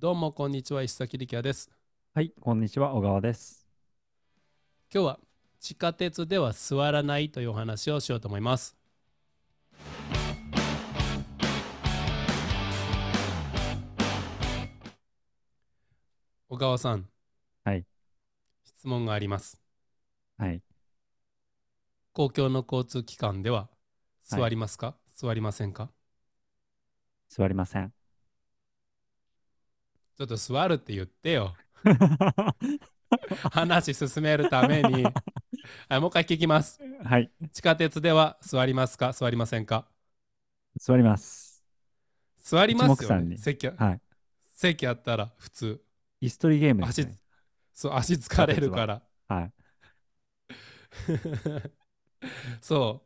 どうもこんにちは、石崎力也です。 はい、こんにちは、小川です。 今日は地下鉄では座らないというお話をしようと思います。小川さん、 はい、 質問があります。 はい、 公共の交通機関でははい、 座りますか、座りませんか？ 座りません。 ちょっと座るって言ってよ。話進めるために。はい、もう一回聞きます。 はい、 地下鉄では座りますか、座りませんか？ 座ります。 座り一ますよね。 目散に。 席はい。 席あったら普通。 椅子取りゲームです足、 ね。 そう、足疲地下鉄は。 れるから。 はい、 そう。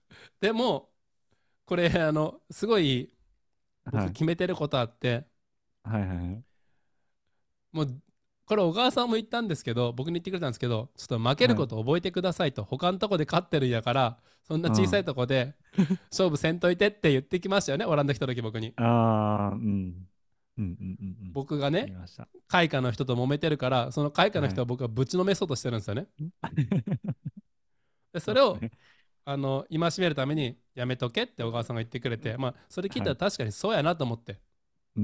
でも、これ、すごい僕はい、 決めてることあって、 はい、はい。 もう、これ小川さんも言ったんですけど、僕に言ってくれたんですけど、ちょっと負けるはい。 こと覚えてくださいと、他のとこで勝ってるんやから、そんな小さいうん。 とこで勝負せんといてって言ってきましたよね、オランダ来た時僕に。 ああ、うん。うん、うん、うん、うん。 僕がね、 言いました。 開花の人と揉めてるから、その開花のはい。 人は僕はぶちのめそうとしてるんですよね。で、それをそうですね。 戒めるためにやめとけって小川さんが言ってくれて、まあ、それ聞いたらはい。 確かにそうやなと思って、 うん。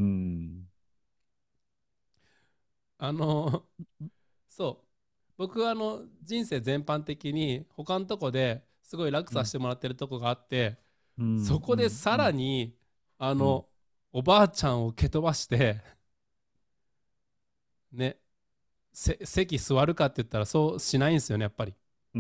あの、そう、僕は人生全般的に他のとこですごい楽うん、 させてもらってるとこがあって、 うん、 そこうん、うでさらん。 にあうん。 のおばあちゃんを蹴飛ばしてね、席座るかって言ったらそうしないんですよね、やっぱり。 うん。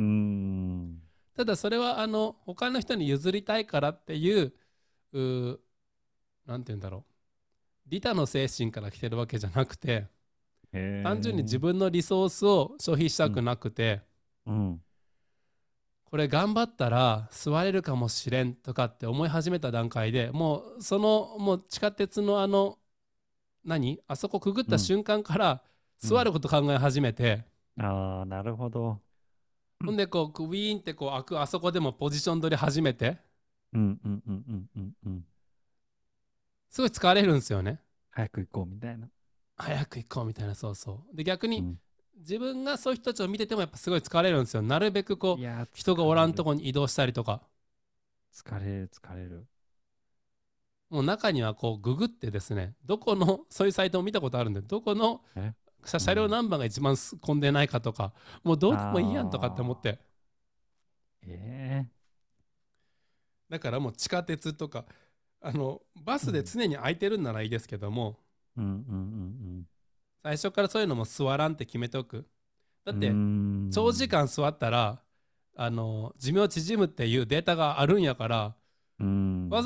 ただそれは他の人に譲りたいからっていううなんて言うんだろう、利他の精神から来てるわけじゃなくて、 へ単純に自え。 分のリソースを消費したくうん、 なくて、 うん。 これ頑張ったら座れるかもしれんとかって思い始めた段階でもうもう地下鉄のあそこくぐったうん、 瞬間からうん。 座ること考え始めて、 ああ、なるほど。 ほんでこうウィーンってこう開くあそこでもポジション取り始めて、 うんうんうんうんうんうん。 すごい疲れるんですよね。 早く行こうみたいな。 早く行こうみたいな。そうそう。で逆にうん。 自分がそういう人たちを見ててもやっぱすごい疲れるんですよ。なるべくこういやー、 人がおらんと疲れる。 こに移動したりとか。 疲れる、疲れる。 もう中にはこうググってですね、どこのそういうサイトを見たことあるんで、どこのえ車両うん。 ナンバーが一番混んでないかとか、もうどうでもいいやんとかって思っあて。 ええだからもう地下鉄とかバスでうん。 常に空いてるんならいいですけども、 うんうん最初からそういうのも座らんって決めておく。だうって長時ん間座ったら寿命縮むっていうデータがあるんやから、 うん。うん。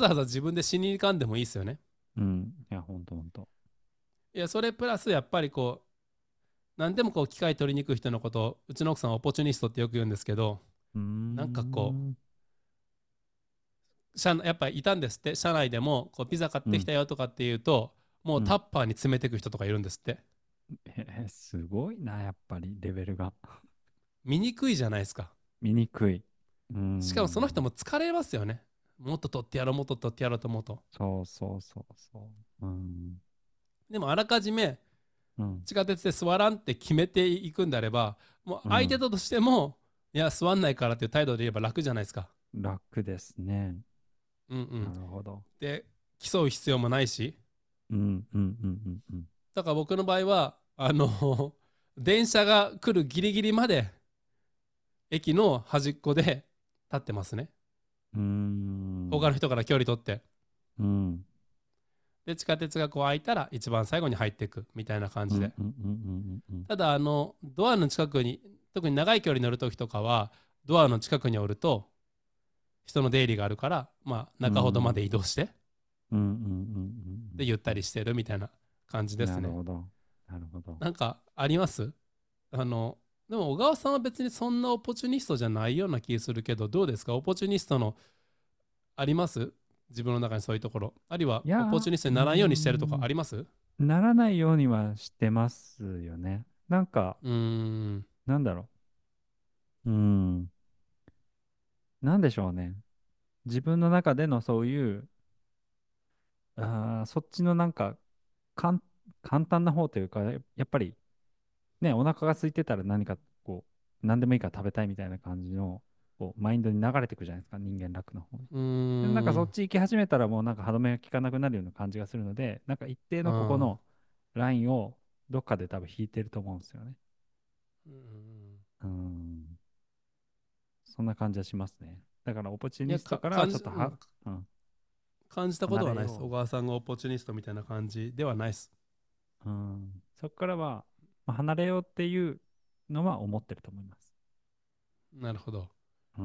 わざわざ自分で死に行かんでもいいですよね。 うん。いや、ほんとほんと。 いやそれプラスやっぱりこう何でもこう機械取りに行く人のことをうちの奥さんはオポチュニストってよく言うんですけど、 うーなんかこん。 やっぱりいたんですって。社内でもこうピザ買ってきうん。 たよとかっていうと、もううん。 タッパーに詰めていく人とかいるんですって。 すごいな、やっぱり、レベルが。 見にくいじゃないですか。 見にくい。うーしかもその人ん。 も疲れますよね。もっと取ってやろう、もっと取ってやろうと思うと。 そうそうそうそう。うん。 でもあらかじめうん。 地下鉄で座らんって決めていくんであれば、もううん。 相手だとしても、いや座んないからっていう態度で言えば楽じゃないですか。 楽ですね。 うんうん。 なるほど。 で競う必要もないし。 うんうんうんうんうん。 だから僕の場合は電車が来るギリギリまで駅の端っこで立ってますね。 うーん。 他の人から距離取って。 うん。 で地下鉄がこう開いたら一番最後に入っていくみたいな感じで。 うんうんうんうんうんただドアの近くに、特に長い距離乗る時とかはドアの近くにおると人の出入りがあるから、まあうん。 中ほどまで移動してうんうんうんでゆったうんりしてるみたいな感じうん。 ですね。 なるほど。なるほど。 なんかあります？あのでも小川さんは別にそんなオポチュニストじゃないような気するけど、どうですか？オポチュニストのあります？自分の中にそういうところ、あるいはいやー、 オポチュニストうーにならんようにしてるとかあん。 ります？ ならないようにはしてますよね。なんか、 うーん。 なんだろう。うーん。なんでしょうね。自分の中でのそういう、そっちのなんか、かん簡単な方というか、やっぱりね、お腹が空いてたら何かこう、何でもいいから食べたいみたいな感じの、こう、マインドに流れていくじゃないですか、人間楽の方に。 うーで、なんかそっん。 ち行き始めたらもうなんか歯止めが効かなくなるような感じがするので、なんか一定のここあのラインをどっかで多分引いてると思うんですよね。 ー。うん。 うん。そんな感じはしますね。だからオポチュいや、 ニストからは感じ、 ちょっとは、 うん、 うん、 感じたことはないです。 離れよ小川さんがオポチュニストみたいな感じではないです。 う。うん。そこからは、まあ、離れようっていうのは思ってると思います。 なるほど。 うん。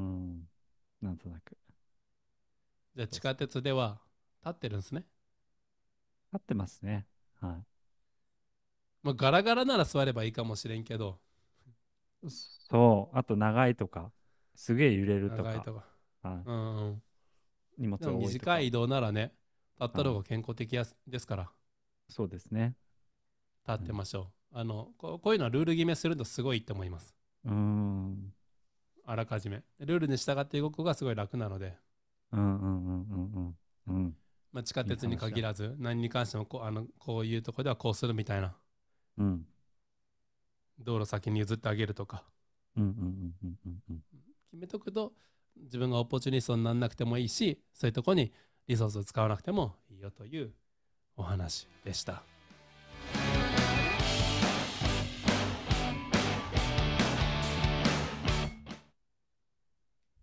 なんとなく。 じゃあ地下そうそう。 鉄では立ってるんですね。 合ってますね。はまあ、ガラガラなら座ればいいかもしれんけど、 い。そう。あと長いとか、すげえ揺れるとか、 長いとか。 はうんうん。 い。荷物でもが多いとかは、 短い移動ならね、立った方はが健康的ですから、 い。そうですね。 立っうん。 てましょう。こういうのはルール決めするとすごいいいと思います。 うーん。 あらかじめ。ルールに従って動く方がすごい楽なので、 うんうんうんうんうん。うん。 まあ、地下いい鉄に話だ。 限らず、何に関してもこういうとこではこうするみたいな、 うん。 道路先に譲ってあげるとか、 うんうんうんうんうんうん。 決めとくと、自分がオポチュニストにならなくてもいいし、そういうとこにリソースを使わなくてもいいよというお話でした。